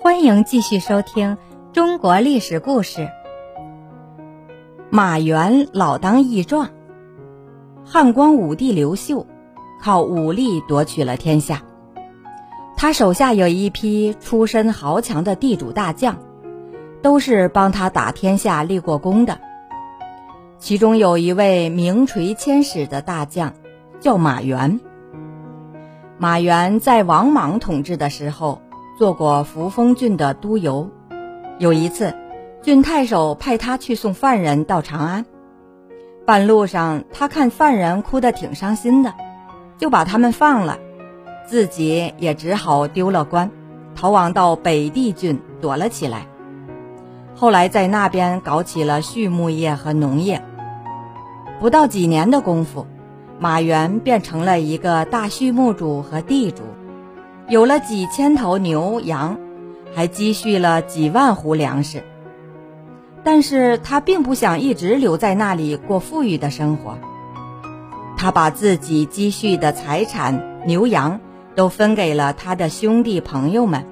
欢迎继续收听中国历史故事。马援老当益壮。汉光武帝刘秀靠武力夺取了天下，他手下有一批出身豪强的地主大将，都是帮他打天下立过功的。其中有一位名垂千史的大将叫马援。马援在王莽统治的时候做过扶风郡的都邮，有一次郡太守派他去送犯人到长安，半路上他看犯人哭得挺伤心的，就把他们放了，自己也只好丢了官，逃亡到北地郡躲了起来。后来在那边搞起了畜牧业和农业，不到几年的功夫，马援变成了一个大畜牧主和地主，有了几千头牛羊，还积蓄了几万斛粮食。但是他并不想一直留在那里过富裕的生活，他把自己积蓄的财产牛羊都分给了他的兄弟朋友们。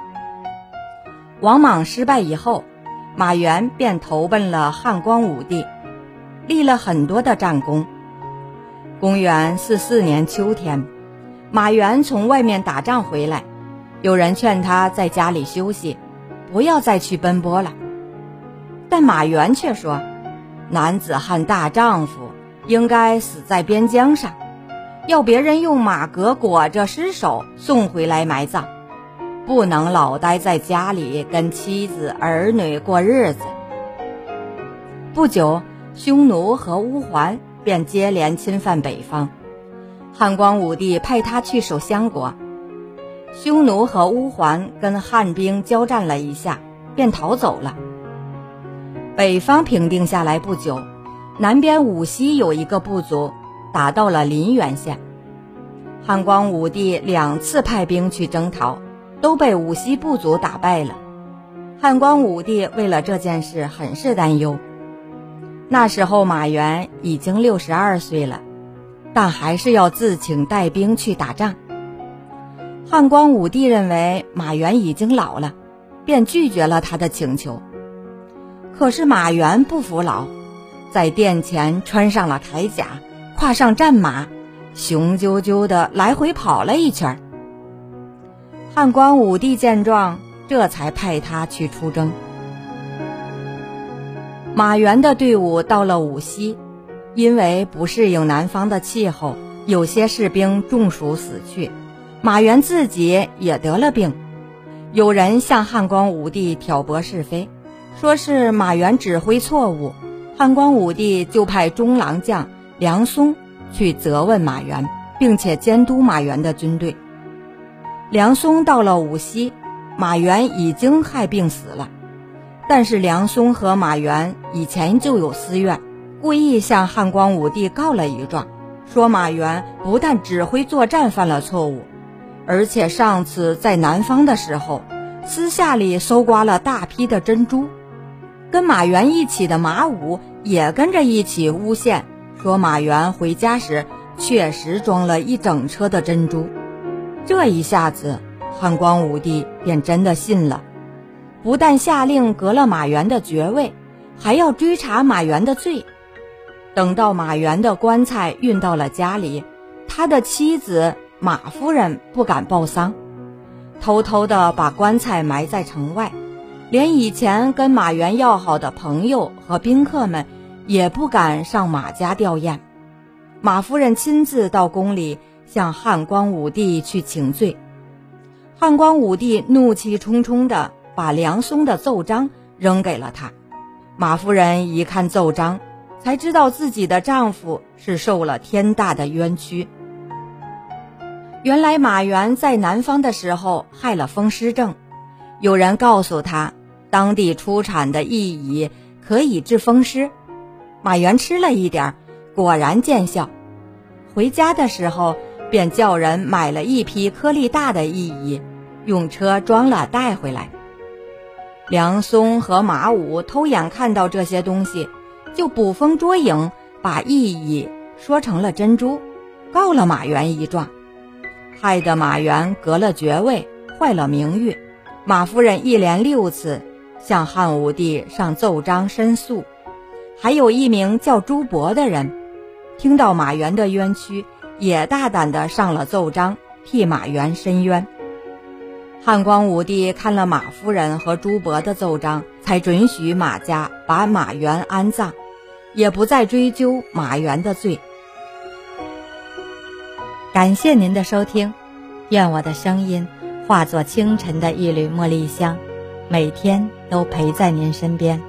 王莽失败以后，马援便投奔了汉光武帝，立了很多的战功。公元44年秋天，马援从外面打仗回来，有人劝他在家里休息，不要再去奔波了。但马援却说，男子汉大丈夫应该死在边疆上，要别人用马革裹着尸首送回来埋葬，不能老待在家里跟妻子儿女过日子。不久，匈奴和乌桓便接连侵犯北方，汉光武帝派他去守襄国。匈奴和乌桓跟汉兵交战了一下，便逃走了。北方平定下来不久，南边武西有一个部族打到了临源县，汉光武帝2次派兵去征讨，都被武西部族打败了。汉光武帝为了这件事很是担忧。那时候马援已经62岁了，但还是要自请带兵去打仗。汉光武帝认为马援已经老了，便拒绝了他的请求。可是马援不服老，在殿前穿上了铠甲，跨上战马，雄赳赳地来回跑了一圈。汉光武帝见状，这才派他去出征。马援的队伍到了武西，因为不适应南方的气候，有些士兵中暑死去，马援自己也得了病。有人向汉光武帝挑拨是非，说是马援指挥错误，汉光武帝就派中郎将梁松去责问马援，并且监督马援的军队。梁松到了武西，马援已经害病死了，但是梁松和马援以前就有私怨，故意向汉光武帝告了一状，说马援不但指挥作战犯了错误，而且上次在南方的时候私下里搜刮了大批的珍珠。跟马援一起的马武也跟着一起诬陷，说马援回家时确实装了一整车的珍珠。这一下子汉光武帝便真的信了，不但下令革了马援的爵位，还要追查马援的罪。等到马援的棺材运到了家里，他的妻子马夫人不敢报丧，偷偷地把棺材埋在城外，连以前跟马援要好的朋友和宾客们也不敢上马家吊唁。马夫人亲自到宫里向汉光武帝去请罪。汉光武帝怒气冲冲地把梁松的奏章扔给了他。马夫人一看奏章，才知道自己的丈夫是受了天大的冤屈。原来马援在南方的时候害了风湿症，有人告诉他当地出产的薏苡可以治风湿，马援吃了一点，果然见效。回家的时候便叫人买了一批颗粒大的薏苡，用车装了带回来。梁松和马武偷眼看到这些东西，就捕风捉影，把薏苡说成了珍珠，告了马援一状，害得马援革了爵位，坏了名誉， 马夫人一连6次向汉武帝上奏章申诉，还有一名叫朱伯的人，听到马援的冤屈，也大胆地上了奏章，替马援申冤。汉光武帝看了马夫人和朱伯的奏章，才准许马家把马援安葬，也不再追究马援的罪。感谢您的收听，愿我的声音化作清晨的一缕茉莉香，每天都陪在您身边。